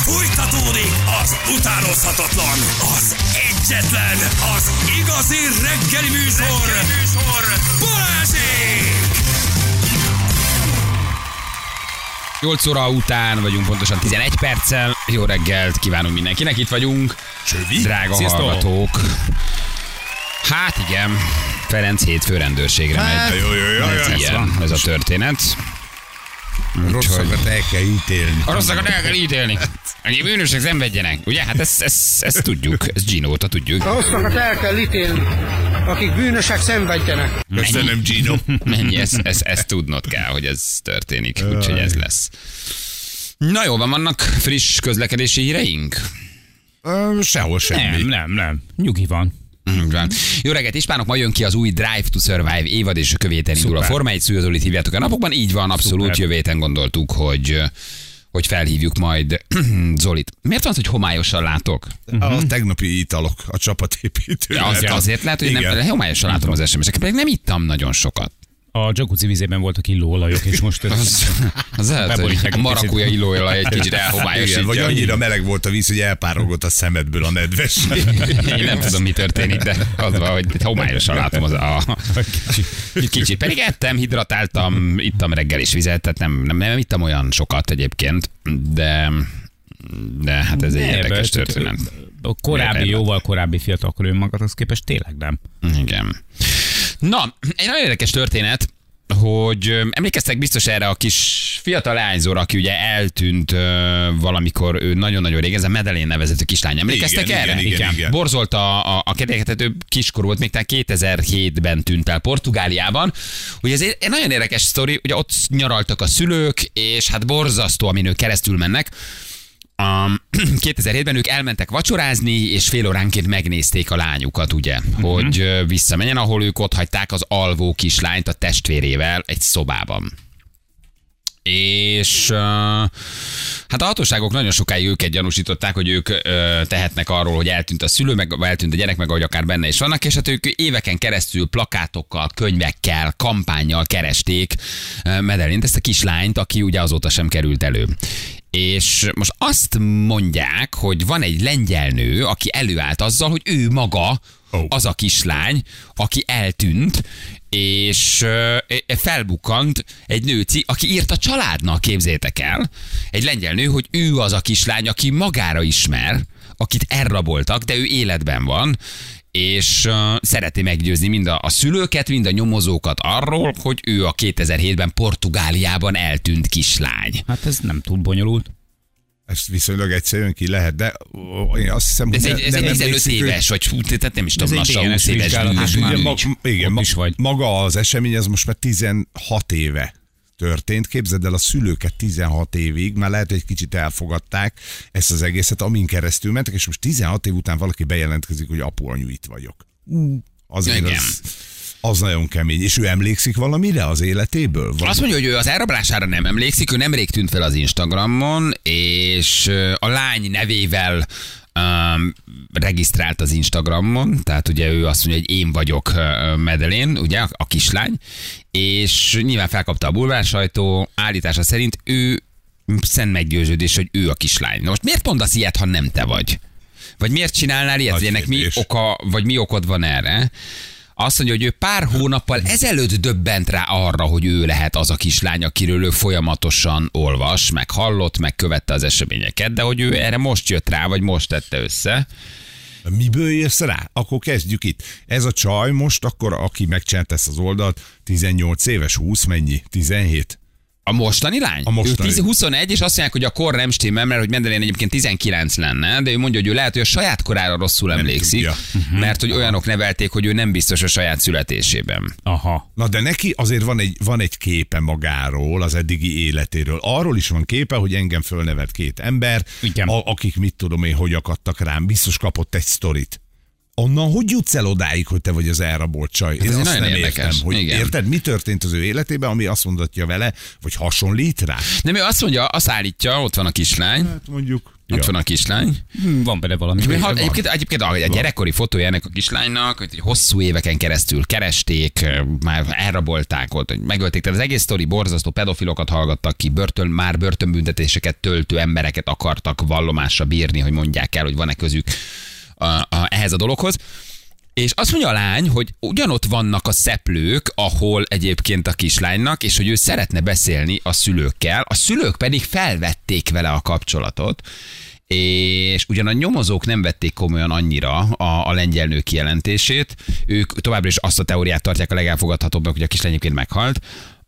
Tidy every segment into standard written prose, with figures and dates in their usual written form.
Fújtatódik az utánozhatatlan, az egyetlen, az igazi reggeli műsor, Balázsék! 8 óra után vagyunk, pontosan 11 perccel. Jó reggelt kívánunk mindenkinek, itt vagyunk. Csövi. Drága hallgatók. Hát igen, Ferenc hétfő rendőrségre megy. Ez a történet. Rosszakat el kell ítélni. A rosszakat el kell ítélni. Annyi bűnösek szenvedjenek. Ugye? Hát ezt tudjuk. Ezt Gino óta tudjuk. A rosszakat el kell ítélni, akik bűnösek szenvedjenek. Köszönöm, Gino. Mennyi, ezt tudnod kell, hogy ez történik. Úgyhogy ez lesz. Na jó, vannak friss közlekedési híreink? Sehol semmi. Nem. Nyugi van. Jó reggelt, ispánok, ma jön ki az új Drive to Survive évad, és a jövő héten indul a Forma 1, Zolit hívjátok a napokban, így van, abszolút. Szuper. Jövő héten gondoltuk, hogy felhívjuk majd Zolit. Miért van az, hogy homályosan látok? A tegnapi italok, a csapatépítő. Ja, azért lehet, hogy nem, homályosan látom az SMS-eket, pedig nem ittam nagyon sokat. A jacuzzi vizében voltak illóolajok, és most Az lehet, beborítják hogy egy marakúja illóolaj egy kicsit elhomályosítja. Vagy annyira meleg volt a víz, hogy elpárolgott a szemedből a nedves. Én nem tudom, mi történik, de az van, hogy homályosan látom kicsit. Pedig ettem, hidratáltam, ittam reggel is vizet, tehát nem ittam olyan sokat egyébként, de hát ez egy érdekes történet. A jóval korábbi fiatalkorú önmagadhoz képest tényleg nem. Igen. Na, egy nagyon érdekes történet, hogy emlékeztek biztos erre a kis fiatal leányzóra, aki ugye eltűnt valamikor, ő nagyon-nagyon régen, ez a Madeleine nevezetű kislány. Emlékeztek erre? Igen. Borzolta a kedélyeket, ő kiskorú volt, még talán 2007-ben tűnt el Portugáliában. Ugye ez egy nagyon érdekes sztori, ugye ott nyaraltak a szülők, és hát borzasztó, amin ők keresztül mennek. 2007-ben ők elmentek vacsorázni, és fél óránként megnézték a lányukat, ugye, hogy visszamenjen, ahol ők ott hagyták az alvó kislányt a testvérével egy szobában. És hát a hatóságok nagyon sokáig őket gyanúsították, hogy ők tehetnek arról, hogy eltűnt a szülő, meg eltűnt a gyerek, meg ahogy akár benne is vannak, és hát ők éveken keresztül plakátokkal, könyvekkel, kampánnyal keresték Madeleine-t, ezt a kislányt, aki ugye azóta sem került elő. És most azt mondják, hogy van egy lengyel nő, aki előállt azzal, hogy ő maga az a kislány, aki eltűnt, és felbukkant egy nő, aki írt a családnak, képzétek el, egy lengyel nő, hogy ő az a kislány, aki magára ismer, akit elraboltak, de ő életben van, és szereti meggyőzni mind a szülőket, mind a nyomozókat arról, hogy ő a 2007-ben Portugáliában eltűnt kislány. Hát ez nem túl bonyolult. Ezt viszonylag egyszerűen ki lehet, de én azt hiszem, De hogy ez egy 15 éves, vagy tehát nem is tudom, lassan 20 éves. Maga az esemény, az most már 16 éve történt. Képzeld el, a szülőket 16 évig, már lehet, hogy egy kicsit elfogadták ezt az egészet, amin keresztül mentek, és most 16 év után valaki bejelentkezik, hogy apu-anyu itt vagyok. Azért az nagyon kemény. És ő emlékszik valamire az életéből? Azt mondja, hogy ő az elrablására nem emlékszik, ő nemrég tűnt fel az Instagramon, és a lány nevével regisztrált az Instagramon, tehát ugye ő azt mondja, hogy én vagyok Madeleine, ugye a kislány, és nyilván felkapta a bulvársajtó, állítása szerint ő szent meggyőződés, hogy ő a kislány. Na most miért mondasz ilyet, ha nem te vagy? Vagy miért csinálnál ilyet, hogy ennek mi oka, vagy mi okod van erre? Azt mondja, hogy ő pár hónappal ezelőtt döbbent rá arra, hogy ő lehet az a kislány, akiről ő folyamatosan olvas, meg hallott, meg követte az eseményeket, de hogy ő erre most jött rá, vagy most tette össze. Miből jössz rá? Akkor kezdjük itt. Ez a csaj most, akkor aki megcsinált ezt az oldalt, 18 éves, 20 mennyi? 17? A mostani lány? A mostani. Ő 21, és azt mondják, hogy a kor nem stimmel, mert hogy Madeleine egyébként 19 lenne, de ő mondja, hogy ő lehet, hogy a saját korára rosszul emlékszik, mert hogy olyanok nevelték, hogy ő nem biztos a saját születésében. Aha. Na de neki azért van egy képe magáról, az eddigi életéről. Arról is van képe, hogy engem fölnevelt két ember, akik mit tudom én, hogy akadtak rám. Biztos kapott egy sztorit. Onnan hogy jutsz el odáig, hogy te vagy az elrabolt csaj? Én azt nem értem, hogy érted, mi történt az ő életében, ami azt mondatja vele, vagy hasonlít rá? Nem, ő azt mondja, azt állítja, ott van a kislány. Hát mondjuk. Ott van a kislány. Van benne valami. Egyébként a gyerekkori fotója ennek a kislánynak, hogy hosszú éveken keresztül keresték, már elrabolták ott, hogy megölték. Tehát az egész sztori borzasztó, pedofilokat hallgattak ki, börtönbüntetéseket töltő embereket akartak vallomásra bírni, hogy mondják el, hogy van-e közük ehhez a dologhoz. És azt mondja a lány, hogy ugyanott vannak a szeplők, ahol egyébként a kislánynak, és hogy ő szeretne beszélni a szülőkkel, a szülők pedig felvették vele a kapcsolatot, és ugyan a nyomozók nem vették komolyan annyira a lengyel nő kijelentését, ők továbbra is azt a teóriát tartják a legelfogadhatóbbnak, hogy a kislány egyébként meghalt,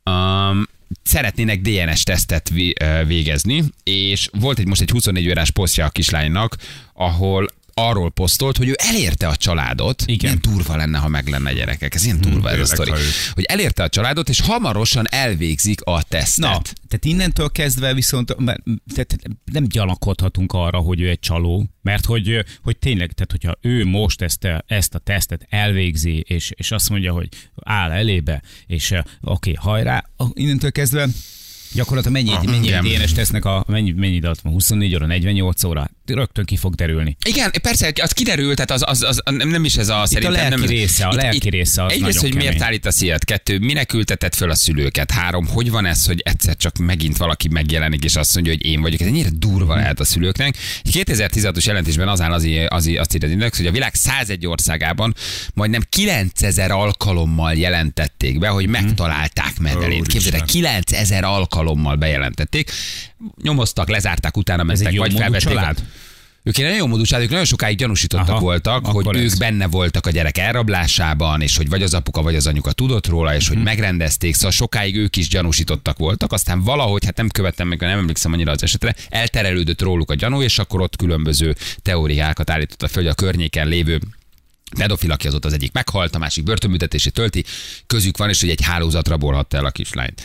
szeretnének DNS tesztet végezni, és volt most egy 24 órás posztja a kislánynak, ahol arról posztolt, hogy ő elérte a családot. Igen. Ilyen durva lenne, ha meg lenne gyerekek. Ez ilyen durva ez a sztori. Hogy elérte a családot, és hamarosan elvégzik a tesztet. Na, tehát innentől kezdve viszont tehát nem gyanakodhatunk arra, hogy ő egy csaló, mert hogy tényleg, tehát hogyha ő most ezt a tesztet elvégzi, és azt mondja, hogy áll elébe, és oké, hajrá, innentől kezdve gyakorlatilag mennyi DNS tesznek mennyi idő van? 24 óra, 48 óra? Rögtön ki fog derülni. Igen, persze, az kiderült, tehát az nem is ez a szerintem. A lelki része az egyrészt, hogy miért állítasz ilyet? 2, minek ülteted föl a szülőket? 3, hogy van ez, hogy egyszer csak megint valaki megjelenik, és azt mondja, hogy én vagyok. Ez ennyire durva lehet a szülőknek. 2016-os jelentésben az áll azt írja az Index, hogy a világ 101 országában majdnem 9000 alkalommal jelentették be, hogy megtalálták Madeleine-t. Képzeld, 9000 alkalommal bejelentették. Nyomoztak, lezárták, utána mentek, vagy felvették. Ők egy nagyon jó módú család, ők nagyon sokáig gyanúsítottak voltak, hogy ők benne voltak a gyerek elrablásában, és hogy vagy az apuka, vagy az anyuka tudott róla, és hogy megrendezték, szóval sokáig ők is gyanúsítottak voltak, aztán valahogy, hát nem követtem meg, nem emlékszem annyira az esetre, elterelődött róluk a gyanú, és akkor ott különböző teóriákat állítottak föl, hogy a környéken lévő pedofil, aki az ott az egyik meghalt, a másik börtönbüntetését tölti, közük van, és hogy egy hálózat rabolhatta el a kislányt.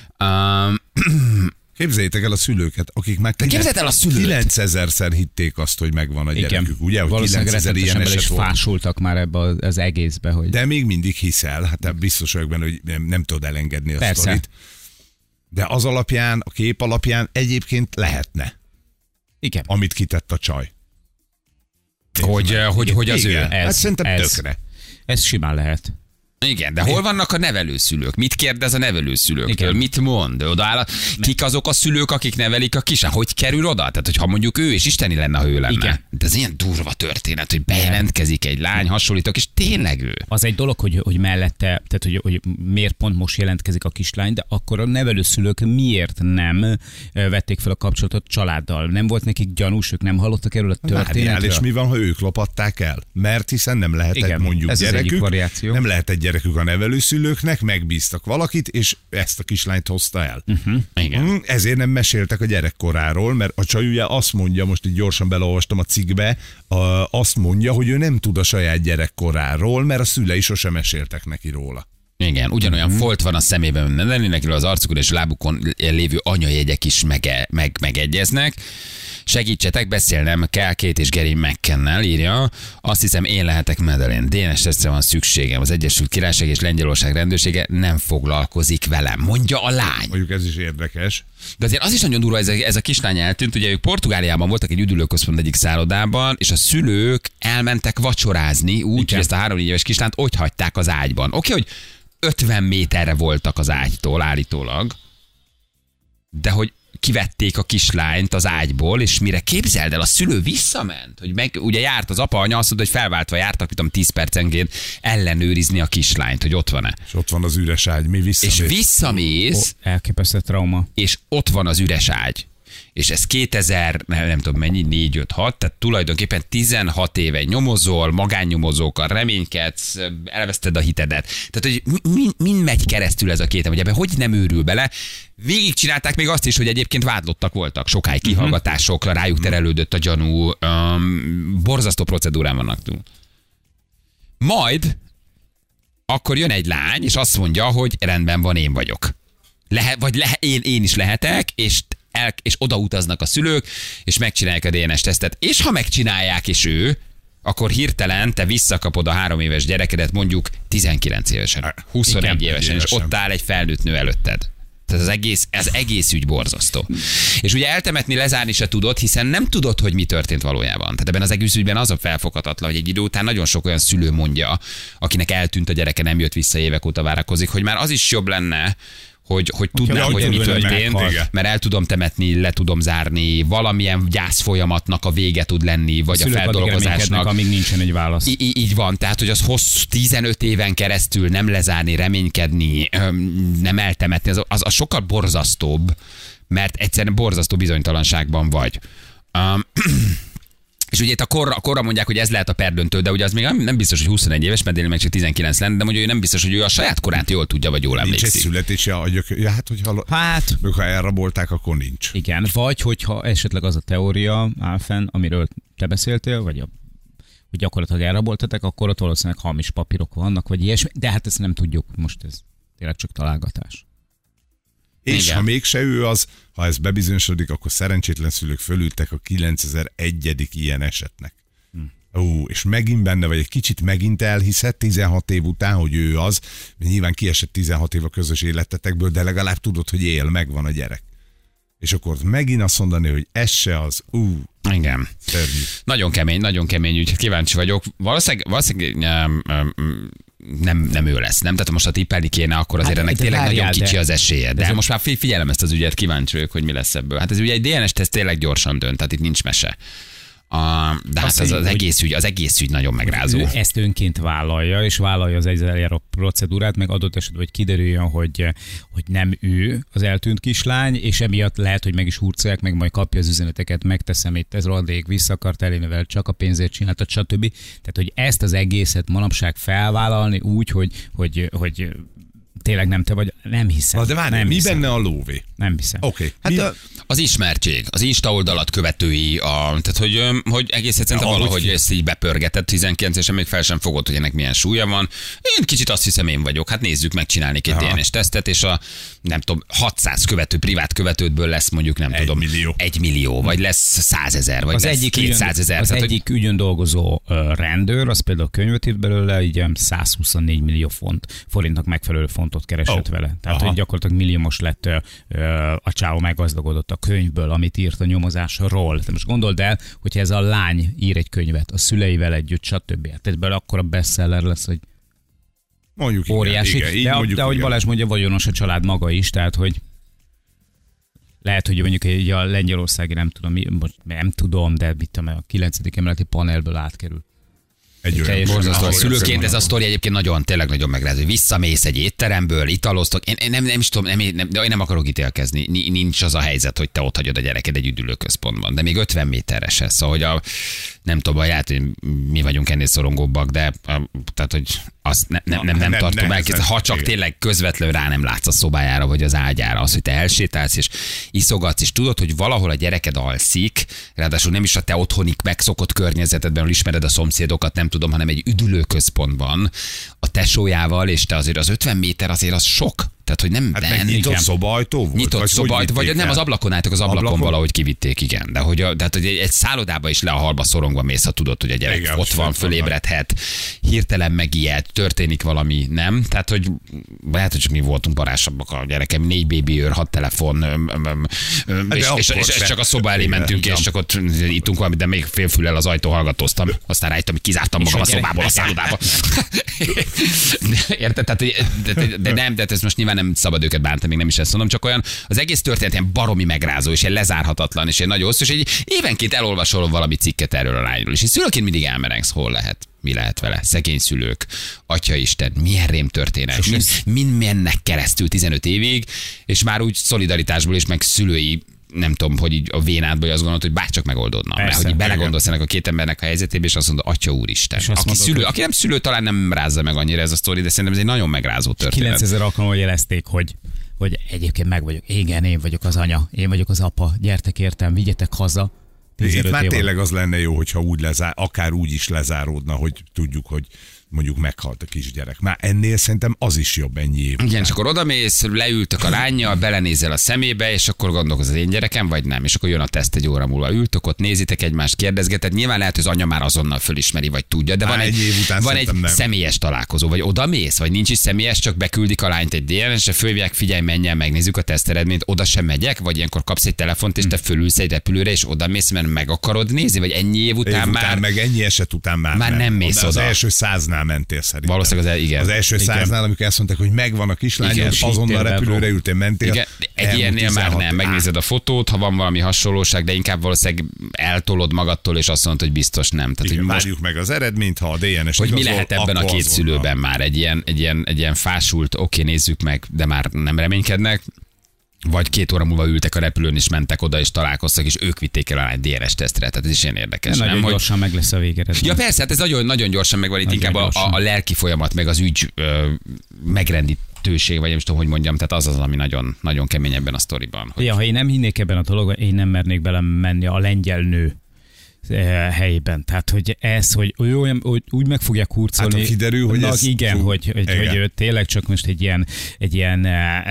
Képzeljétek el a szülőket, akik meg 9000-szer hitték azt, hogy megvan a gyerekük, ugye? Hogy valószínűleg rettenetesen is fásultak már ebbe az egészbe. Hogy... De még mindig hiszel, hát biztos vagyok benne, hogy nem tudod elengedni a sztorit. De az alapján, a kép alapján egyébként lehetne. Igen. Amit kitett a csaj. Hogy az ő. Hát szerintem tökre. Ez simán lehet. Igen, de hol vannak a nevelőszülők? Mit kérdez a nevelőszülőktől? Igen. Mit mond? Odaáll, kik azok a szülők, akik nevelik a kislányt? Hogy kerül oda? Tehát, hogyha mondjuk ő és isteni lenne, ha ő lenne. Igen. De ez ilyen durva történet, hogy bejelentkezik egy lány, hasonlítok, és tényleg ő. Az egy dolog, hogy mellette, tehát hogy miért pont most jelentkezik a kislány, de akkor a nevelőszülők miért nem vették fel a kapcsolatot családdal? Nem volt nekik gyanús, ők nem hallottak erről a történetről? És mi van, ha ők lopatták el? Mert hiszen nem lehetett mondjuk gyerekük, nem lehetett gyerekük a nevelőszülőknek, megbíztak valakit, és ezt a kislányt hozta el. Igen. Ezért nem meséltek a gyerekkoráról, mert a csaj ugye azt mondja, most így gyorsan beleolvastam a cikkbe, azt mondja, hogy ő nem tud a saját gyerekkoráról, mert a szülei sosem meséltek neki róla. Igen, ugyanolyan folt van a szemében, nekiről az arcukon és lábukon lévő anyajegyek is megegyeznek. Segítsetek, beszélnem kell Kate és Gary McKennel, írja. Azt hiszem, én lehetek Madeleine. DNS tesztre van szükségem. Az Egyesült Királyság és Lengyelország rendőrsége nem foglalkozik velem, mondja a lány. Mondjuk ez is érdekes. De azért az is nagyon durva, ez a kislány eltűnt. Ugye ők Portugáliában voltak egy üdülőközpont egyik szállodában, és a szülők elmentek vacsorázni úgy, hogy ezt a 3-4 éves kislányt ott hagyták az ágyban. Oké, hogy 50 méterre voltak az ágytól állítólag, de hogy kivették a kislányt az ágyból, és mire képzeld el, a szülő visszament, hogy ugye járt az apa, anya, azt mondta, hogy felváltva jártak, mit tudom, 10 percenként ellenőrizni a kislányt, hogy ott van-e. És ott van az üres ágy, mi visszamész. És visszamész, elképesztő trauma. És ott van az üres ágy. És ez 2000, nem tudom mennyi, 4-5-6, tehát tulajdonképpen 16 éve nyomozol, magánnyomozókkal reménykedsz, elveszted a hitedet. Tehát, hogy mind megy keresztül ez a két, hogy ebben hogy nem őrül bele. Végigcsinálták még azt is, hogy egyébként vádlottak voltak, sokáig kihallgatásokra, rájuk terelődött a gyanú, borzasztó procedúrán vannak túl. Majd akkor jön egy lány, és azt mondja, hogy rendben van, én vagyok. Én is lehetek, és odautaznak a szülők, és megcsinálják a DNS tesztet. És ha megcsinálják, és ő, akkor hirtelen te visszakapod a 3 éves gyerekedet mondjuk 19 évesen, 21 évesen, és ott áll egy felnőtt nő előtted. Tehát az egész ügy borzasztó. És ugye eltemetni, lezárni se tudod, hiszen nem tudod, hogy mi történt valójában. Tehát ebben az egész ügyben az a felfoghatatlan, hogy egy idő után nagyon sok olyan szülő mondja, akinek eltűnt a gyereke, nem jött vissza, évek óta várakozik, hogy már az is jobb lenne, hogy tudnám, hogy mi történt, mert el tudom temetni, le tudom zárni, valamilyen gyász folyamatnak a vége tud lenni, vagy a feldolgozásnak. Amíg nincsen egy válasz. Így van, tehát hogy az hosszú 15 éven keresztül nem lezárni, reménykedni, nem eltemetni, az sokkal borzasztóbb, mert egyszerűen borzasztó bizonytalanságban vagy. És ugye itt a korra mondják, hogy ez lehet a perdöntő, de ugye az még nem biztos, hogy 21 éves, mert meg csak 19 lenne, de mondjuk ő nem biztos, hogy ő a saját korát jól tudja, vagy jól emlékszik. Nincs egy születése, ha elrabolták, akkor nincs. Igen, vagy hogyha esetleg az a teória áll fenn, amiről te beszéltél, vagy hogy gyakorlatilag elraboltatok, akkor ott valószínűleg hamis papírok vannak, vagy ilyesmi, de hát ezt nem tudjuk, most ez tényleg csak találgatás. És igen. Ha mégse ő az, ha ez bebizonyosodik, akkor szerencsétlen szülők fölültek a 9001. ilyen esetnek. És megint benne vagy, egy kicsit megint elhiszed 16 év után, hogy ő az, mert nyilván kiesett 16 év a közös életetekből, de legalább tudod, hogy él, megvan a gyerek. És akkor megint azt mondani, hogy ez se az, igen. Szörnyű. Nagyon kemény ügy, kíváncsi vagyok. Valószínűleg nem ő lesz, nem? Tehát most a tippelni kéne, akkor azért ennek tényleg nagyon kicsi az esélye. De most már figyelem ezt az ügyet, kíváncsi vagyok, hogy mi lesz ebből. Hát ez ugye egy DNS-teszt tényleg gyorsan dönt, tehát itt nincs mese. De hát az egész ügy nagyon megrázó. Ő ezt önként vállalja, és vállalja az ezzel járó procedúrát, meg adott esetben, hogy kiderüljön, hogy nem ő az eltűnt kislány, és emiatt lehet, hogy meg is hurcolják, meg majd kapja az üzeneteket, megteszem itt, ez rohadék, vissza akart elénevel, csak a pénzért csináltad, stb. Tehát, hogy ezt az egészet manapság felvállalni úgy, hogy tényleg nem te vagy, nem hiszem. De várj, mi benne a lóvé? Nem hiszem. Oké. Hát az ismertség, az Insta oldalat követői, tehát hogy egész egyszerűen valahogy ezt így bepörgetett 19, és még fel sem fogod, hogy ennek milyen súlya van. Én kicsit azt hiszem én vagyok. Hát nézzük meg, csinálni egy DNS tesztet, és a nem tudom, 600 privát követődből lesz mondjuk nem tudom. 1 millió, vagy lesz 100 000, vagy az lesz 200 000. Az egyik ügyön dolgozó rendőr, az például könyvet írt belőle, így 124 millió forintnak megfelelő fontot keresett vele. Tehát, hogy gyakorlatilag milliómos lett a csávó, meggazdagodott a könyvből, amit írt a nyomozásról. De most gondold el, hogyha ez a lány ír egy könyvet, a szüleivel együtt, stb. Tehát ebből akkora bestseller lesz, hogy mondjuk óriási. Igen, de ahogy Balázs mondja, vagyonos a család maga is, tehát hogy lehet, hogy mondjuk egy a lengyelországi, nem tudom, de mit tudom, a 9. emeleti panelből átkerül. Borzasztó. Szülőként ez a sztori egyébként tényleg nagyon megrázó. Visszamész egy étteremből, italoztok. Én nem is tudom, én nem akarok ítélkezni. Nincs az a helyzet, hogy te ott hagyod a gyereked egy üdülőközpontban. De még 50 méterre se. Szóval, hogy nem tudom, hogy mi vagyunk ennél szorongóbbak, de tehát, hogy azt nem tartom el. Ha csak tényleg közvetlenül rá nem látsz a szobájára, vagy az ágyára, az, hogy te elsétálsz, és iszogatsz, és tudod, hogy valahol a gyereked alszik, ráadásul nem is a te otthonik megszokott környezetedben, ahol ismered a szomszédokat, nem tudom, hanem egy üdülőközpontban a tesójával, és te azért az 50 méter azért az sok. Tehát, hogy nem... Hát meg nyitott szobaajtó volt? Nyitott szobaajtó, vagy nem, az ablakon álltak, az ablakon valahogy kivitték, igen. De hogy egy szállodába is le a halba szorongva mész, ha tudod, hogy a gyerek igen, ott van, fölébredhet, hirtelen megijed, történik valami, nem? Tehát, hogy lehet, hogy csak mi voltunk barásabbak a gyerekem, 4 baby őr, 6 telefon, és csak a szoba elé mentünk, és csak ott ittunk valamit, de még félfüllel az ajtó hallgatóztam. Aztán rájöttem, hogy kizártam magam a szobából, a szállodába. Érted? De nem, de ez most nyilván nem szabad őket bántani, még nem is ezt mondom, csak olyan az egész történet ilyen baromi megrázó, és ilyen lezárhatatlan, és ilyen nagyon hosszú, és egy évenként elolvasol valami cikket erről a lányról, és szülőként mindig elmerengsz, hol lehet, mi lehet vele, szegény szülők, Atyaisten, milyen rém történet, mind mennek keresztül 15 évig, és már úgy szolidaritásból és meg szülői nem tudom, hogy így a vénádból azt gondolod, hogy bárcsak megoldódna. Persze, mert hogy belegondolsz ennek a két embernek a helyzetébe, és azt mondod, Atya úristen. Aki nem szülő, talán nem rázza meg annyira ez a sztori, de szerintem ez egy nagyon megrázó történet. 9000 alkalommal jelezték, hogy egyébként meg vagyok. Igen, én vagyok az anya, én vagyok az apa. Gyertek értem, vigyetek haza. Itt már tényleg az lenne jó, hogyha akár úgy is lezáródna, hogy tudjuk, hogy mondjuk meghalt a kisgyerek. Már ennél szerintem az is jobb ennyi év. Igen, és akkor odamész, leültök a lánnyal, belenézel a szemébe, és akkor gondolkoz az én gyerekem, vagy nem. És akkor jön a teszt egy óra múlva. Ültök ott, nézitek egymást, kérdezgeted. Nyilván lehet, hogy az anya már azonnal fölismeri, vagy tudja, de van egy személyes találkozó, vagy odamész, vagy nincs is személyes, csak beküldik a lányt egy DNS-re, fölhívják, figyelj, menj el, megnézzük a teszteredményt, oda sem megyek, vagy ilyenkor kapsz egy telefont, és te fölülsz egy repülőre, és odamész, mert meg akarod nézni, vagy ennyi év után már. Meg ennyi eset után már nem mész oda. Az első 100-nál mentél szerintem. Valószínűleg az első 100-nál, amikor azt mondták, hogy megvan a kislány, azonnal repülőre ültél, mentél. Igen, egy ilyennél már nem, megnézed a fotót, ha van valami hasonlóság, de inkább valószínűleg eltolod magadtól, és azt mondod, hogy biztos nem. Tehát, igen, hogy várjuk meg az eredményt, ha a DNS hogy igazol, mi lehet ebben a két szülőben már egy ilyen fásult, oké, nézzük meg, de már nem reménykednek, vagy 2 óra múlva ültek a repülőn, és mentek oda, és találkoztak, és ők vitték el egy DNS tesztre. Tehát ez is ilyen érdekes. Nagyon nem, gyorsan meg lesz a végeredmény. Ja persze, hát ez nagyon, nagyon gyorsan megvan, itt inkább a lelki folyamat, meg az ügy megrendítőség, vagy nem tudom, hogy mondjam, tehát az, ami nagyon, nagyon kemény ebben a sztoriban. Hogy... Ja, ha én nem hinnék ebben a dologban, én nem mernék belemenni a lengyel nő helyében. Tehát, hogy ez, hogy úgy meg fogják hurcolni. Hát, kiderül, hogy ez... Igen, hogy tényleg csak most egy ilyen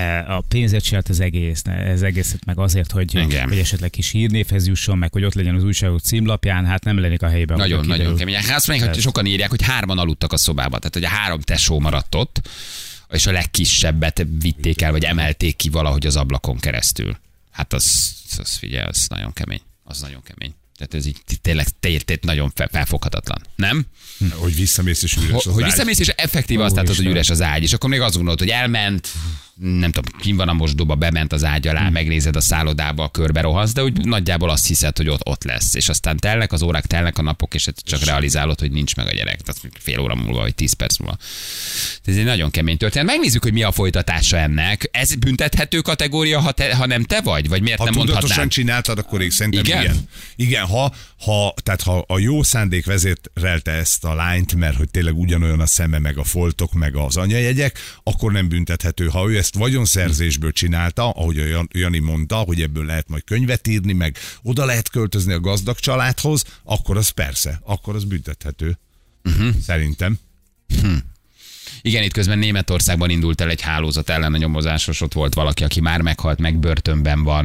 a pénzért csinált az egészet meg azért, hogy esetleg kis hírnévhez jusson, meg hogy ott legyen az újságok címlapján, hát nem lennék a helyében. Nagyon kemény. Hát azt mondják, hogy sokan írják, hogy 3-an aludtak a szobában. Tehát, hogy a 3 tesó maradt ott, és a legkisebbet vitték el, vagy emelték ki valahogy az ablakon keresztül. Hát az figyelj, az nagyon kemény. Az nagyon kemény. Tehát ez így tényleg nagyon felfoghatatlan. Nem? Hogy visszamész és üres az ágy. Hogy visszamész és effektív azt látod, hogy üres az ágy. És akkor még azt gondolod, hogy elment, nem tudom, kim van a mosdóba, bement az ágy alá, megnézed a szállodába, körbe rohansz, de úgy nagyjából azt hiszed, hogy ott lesz. És aztán telnek az órák, telnek a napok, és csak realizálod, hogy nincs meg a gyerek. Tehát fél óra múlva, vagy 10 perc múlva. Ez egy nagyon kemény történet. Megnézzük, hogy mi a folytatása ennek. Ez büntethető kategória, ha nem te vagy? Vagy miért nem mondhatnám? Ha tudatosan csináltad, akkor én szerintem igen. Igen, ha a jó szándék vezérelte ezt a lányt, mert hogy tényleg ugyanolyan a szeme, meg a foltok, meg az anyajegyek, akkor nem büntethető. Ha ő ezt vagyonszerzésből csinálta, ahogy a Jani mondta, hogy ebből lehet majd könyvet írni, meg oda lehet költözni a gazdag családhoz, akkor az persze, akkor az büntethető. Szerintem. Igen, itt közben Németországban indult el egy hálózat ellen a nyomozásos, ott volt valaki, aki már meghalt, meg börtönben van.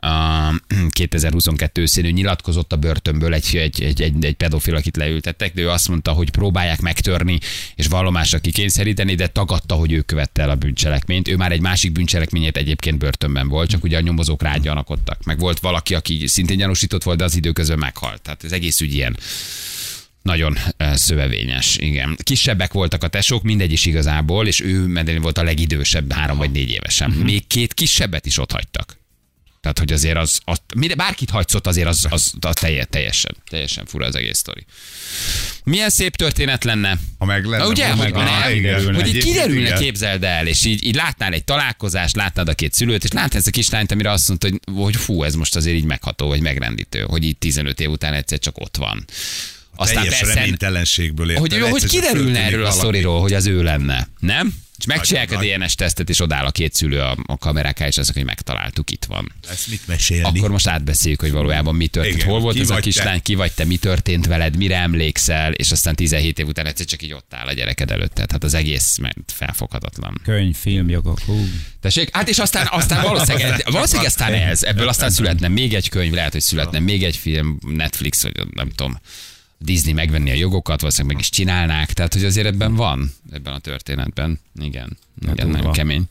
2022 őszén ő nyilatkozott a börtönből egy pedofil, akit leültettek, de ő azt mondta, hogy próbálják megtörni és vallomásra kikényszeríteni, de tagadta, hogy ő követte el a bűncselekményt. Ő már egy másik bűncselekményért egyébként börtönben volt, csak ugye a nyomozók rágyanakodtak. Meg volt valaki, aki szintén gyanúsított volt, de az időközben meghalt. Tehát az egész ügy ilyen. Nagyon szövevényes, igen. Kisebbek voltak a tesók, mindegy is igazából, és ő Medellin volt a legidősebb, 3 vagy 4 évesen. Még 2 kisebbet is ott hagytak. Tehát, hogy azért bárkit hagysz ott, azért az teljesen fura az egész sztori. Milyen szép történet lenne. Ha meg lenne. Ugye, hogy így kiderülne, képzeld el, és így látnál egy találkozást, látnád a 2 szülőt, és látnád ezt a kislányt, amire azt mondta, hogy fú, ez most azért így megható, vagy megrendítő, hogy így 15 év után egyszer csak ott van. Aztán teljes reménytelenségből érte. Hogy kiderülne erről a sztoriról, hogy az ő lenne, nem? És megcsinálják a DNS tesztet, és odáll a 2 szülő a kameráká, és azok, hogy megtaláltuk, itt van. Ezt mit mesélni? Akkor most átbeszéljük, hogy valójában mi történt. Igen, hol volt ez a kislány, ki vagy te, mi történt veled, mire emlékszel, és aztán 17 év után egyszer csak így ott áll a gyereked előtt. Hát az egész felfoghatatlan. Könyv, film, jogok. Tessék? Hát és aztán valószínűleg aztán ebből aztán születne még egy könyv, lehet, hogy születne még egy film, Netflix, vagy nem tudom. Disney megvenni a jogokat, valószínűleg meg is csinálnák, tehát hogy azért ebben van, ebben a történetben. Igen, nagyon kemény.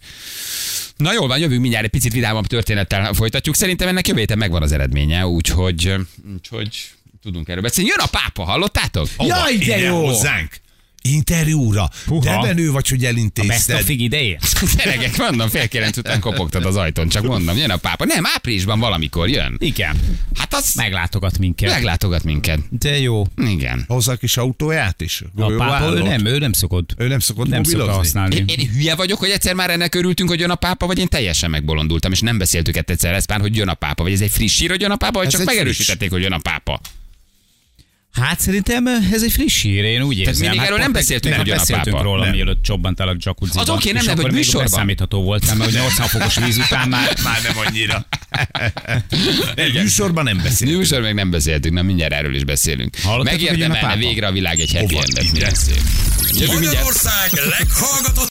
Na jól van, jövünk mindjárt egy picit vidámabb történettel folytatjuk. Szerintem ennek jövő héten megvan az eredménye, úgyhogy tudunk erről beszélni. Jön a pápa, hallottátok? Jaj, de jó! Hozzánk! Interjúra. De menő vagy, hogy elintézted. A best of idején. Gyerekek, mondom, 8:30 után kopogtad az ajtón, csak mondom, jön a pápa. Nem, áprilisban valamikor jön. Igen. Hát az... Meglátogat minket. De jó. Igen. Hozzá a kis autóját is. A pápa, ő nem szokott. Ő nem szokott használni. Én hülye vagyok, hogy egyszer már ennek örültünk, hogy jön a pápa, vagy én teljesen megbolondultam, és nem beszéltük egyszer ezt, hogy jön a pápa, vagy ez egy friss hír, hogy jön a pápa, vagy csak megerősítették, hogy jön a pápa. Hát szerintem ez egy friss hír, én úgy érzem. Tehát még erről nem beszéltünk, hogy jön a pápa. Róla, mielőtt csobbantál a jacuzziban. Az oké, nem, hogy műsorban. Beszámítható volt, mert hogy 80 fokos víz után már nem annyira. Egy műsorban nem beszélünk. Műsor meg nem beszéltünk, na mindjárt erről is beszélünk. Hallottatok, hogy jön a Megérdemelne pápa? végre a világ egy happy Hova? endet. Jövünk mindjárt. Magyarország leghallgatottabb